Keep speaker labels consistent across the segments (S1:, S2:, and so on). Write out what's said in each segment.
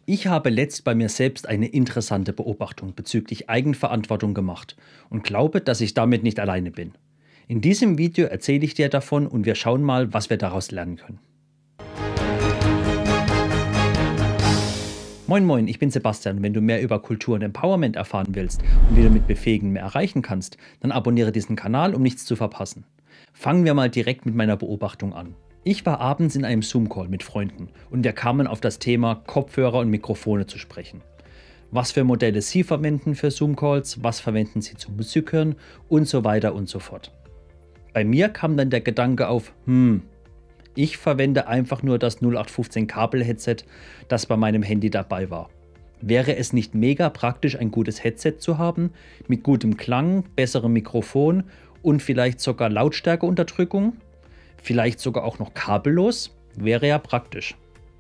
S1: Ich habe letzt bei mir selbst eine interessante Beobachtung bezüglich Eigenverantwortung gemacht und glaube, dass ich damit nicht alleine bin. In diesem Video erzähle ich dir davon und wir schauen mal, was wir daraus lernen können. Moin moin, ich bin Sebastian und wenn du mehr über Kultur und Empowerment erfahren willst und wie du mit Befähigen mehr erreichen kannst, dann abonniere diesen Kanal, um nichts zu verpassen. Fangen wir mal direkt mit meiner Beobachtung an. Ich war abends in einem Zoom-Call mit Freunden und wir kamen auf das Thema Kopfhörer und Mikrofone zu sprechen. Was für Modelle sie verwenden für Zoom-Calls, was verwenden sie zum Musik hören und so weiter und so fort. Bei mir kam dann der Gedanke auf, ich verwende einfach nur das 0815 Kabel-Headset, das bei meinem Handy dabei war. Wäre es nicht mega praktisch, ein gutes Headset zu haben, mit gutem Klang, besserem Mikrofon und vielleicht sogar Lautstärkeunterdrückung? Vielleicht sogar auch noch kabellos? Wäre ja praktisch.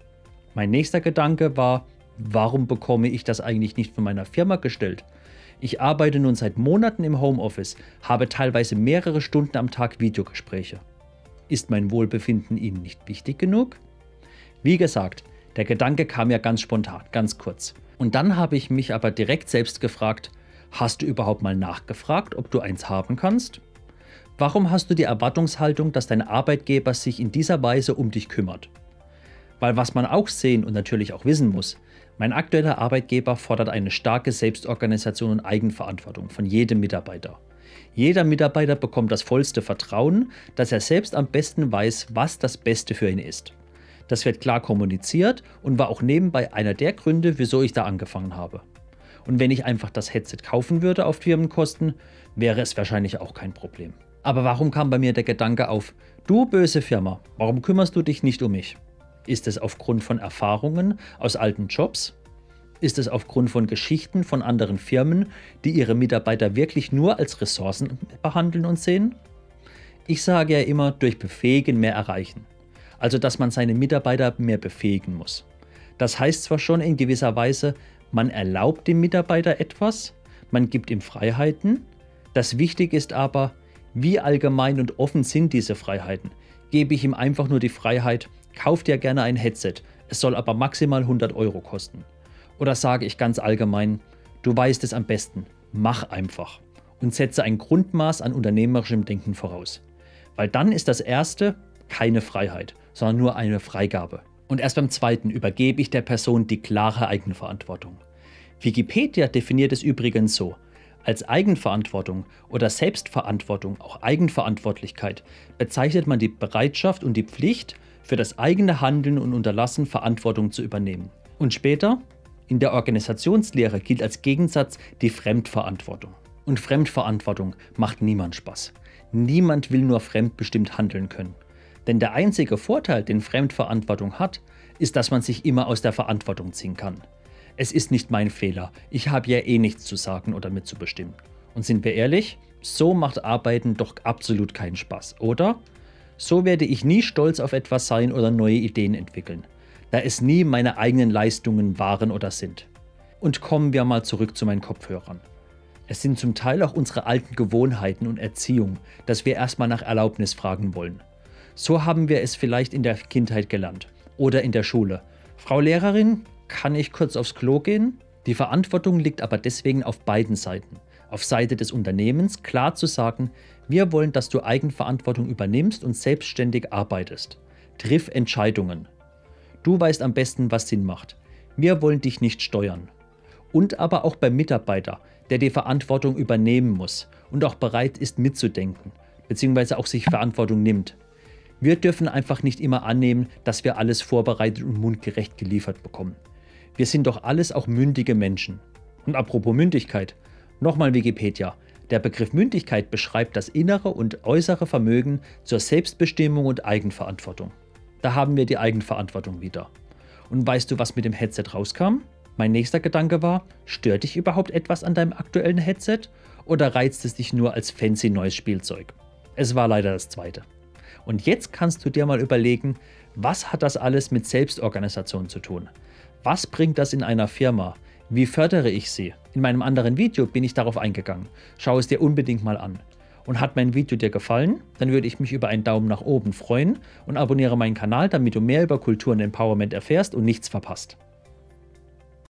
S1: Mein nächster Gedanke war, warum bekomme ich das eigentlich nicht von meiner Firma gestellt? Ich arbeite nun seit Monaten im Homeoffice, habe teilweise mehrere Stunden am Tag Videogespräche. Ist mein Wohlbefinden Ihnen nicht wichtig genug? Wie gesagt, der Gedanke kam ja ganz spontan, ganz kurz. Und dann habe ich mich aber direkt selbst gefragt, hast du überhaupt mal nachgefragt, ob du eins haben kannst? Warum hast du die Erwartungshaltung, dass dein Arbeitgeber sich in dieser Weise um dich kümmert? Weil was man auch sehen und natürlich auch wissen muss, mein aktueller Arbeitgeber fordert eine starke Selbstorganisation und Eigenverantwortung von jedem Mitarbeiter. Jeder Mitarbeiter bekommt das vollste Vertrauen, dass er selbst am besten weiß, was das Beste für ihn ist. Das wird klar kommuniziert und war auch nebenbei einer der Gründe, wieso ich da angefangen habe. Und wenn ich einfach das Headset kaufen würde auf Firmenkosten, wäre es wahrscheinlich auch kein Problem. Aber warum kam bei mir der Gedanke auf, du böse Firma, warum kümmerst du dich nicht um mich? Ist es aufgrund von Erfahrungen aus alten Jobs? Ist es aufgrund von Geschichten von anderen Firmen, die ihre Mitarbeiter wirklich nur als Ressourcen behandeln und sehen? Ich sage ja immer, durch Befähigen mehr erreichen. Also, dass man seine Mitarbeiter mehr befähigen muss. Das heißt zwar schon in gewisser Weise, man erlaubt dem Mitarbeiter etwas, man gibt ihm Freiheiten. Das Wichtige ist aber, wie allgemein und offen sind diese Freiheiten? Gebe ich ihm einfach nur die Freiheit, kauf dir gerne ein Headset, es soll aber maximal 100 € kosten. Oder sage ich ganz allgemein, du weißt es am besten, mach einfach und setze ein Grundmaß an unternehmerischem Denken voraus. Weil dann ist das erste keine Freiheit, sondern nur eine Freigabe. Und erst beim zweiten übergebe ich der Person die klare Eigenverantwortung. Wikipedia definiert es übrigens so: Als Eigenverantwortung oder Selbstverantwortung, auch Eigenverantwortlichkeit, bezeichnet man die Bereitschaft und die Pflicht, für das eigene Handeln und Unterlassen Verantwortung zu übernehmen. Und später, in der Organisationslehre gilt als Gegensatz die Fremdverantwortung. Und Fremdverantwortung macht niemand Spaß. Niemand will nur fremdbestimmt handeln können. Denn der einzige Vorteil, den Fremdverantwortung hat, ist, dass man sich immer aus der Verantwortung ziehen kann. Es ist nicht mein Fehler, ich habe ja eh nichts zu sagen oder mitzubestimmen. Und sind wir ehrlich, so macht Arbeiten doch absolut keinen Spaß, oder? So werde ich nie stolz auf etwas sein oder neue Ideen entwickeln, da es nie meine eigenen Leistungen waren oder sind. Und kommen wir mal zurück zu meinen Kopfhörern. Es sind zum Teil auch unsere alten Gewohnheiten und Erziehung, dass wir erstmal nach Erlaubnis fragen wollen. So haben wir es vielleicht in der Kindheit gelernt oder in der Schule. Frau Lehrerin, kann ich kurz aufs Klo gehen? Die Verantwortung liegt aber deswegen auf beiden Seiten. Auf Seite des Unternehmens klar zu sagen, wir wollen, dass du Eigenverantwortung übernimmst und selbstständig arbeitest. Triff Entscheidungen. Du weißt am besten, was Sinn macht. Wir wollen dich nicht steuern. Und aber auch beim Mitarbeiter, der die Verantwortung übernehmen muss und auch bereit ist mitzudenken, beziehungsweise auch sich Verantwortung nimmt. Wir dürfen einfach nicht immer annehmen, dass wir alles vorbereitet und mundgerecht geliefert bekommen. Wir sind doch alles auch mündige Menschen. Und apropos Mündigkeit, nochmal Wikipedia. Der Begriff Mündigkeit beschreibt das innere und äußere Vermögen zur Selbstbestimmung und Eigenverantwortung. Da haben wir die Eigenverantwortung wieder. Und weißt du, was mit dem Headset rauskam? Mein nächster Gedanke war, stört dich überhaupt etwas an deinem aktuellen Headset oder reizt es dich nur als fancy neues Spielzeug? Es war leider das zweite. Und jetzt kannst du dir mal überlegen, was hat das alles mit Selbstorganisation zu tun? Was bringt das in einer Firma? Wie fördere ich sie? In meinem anderen Video bin ich darauf eingegangen. Schau es dir unbedingt mal an. Und hat mein Video dir gefallen, dann würde ich mich über einen Daumen nach oben freuen und abonniere meinen Kanal, damit du mehr über Kultur und Empowerment erfährst und nichts verpasst.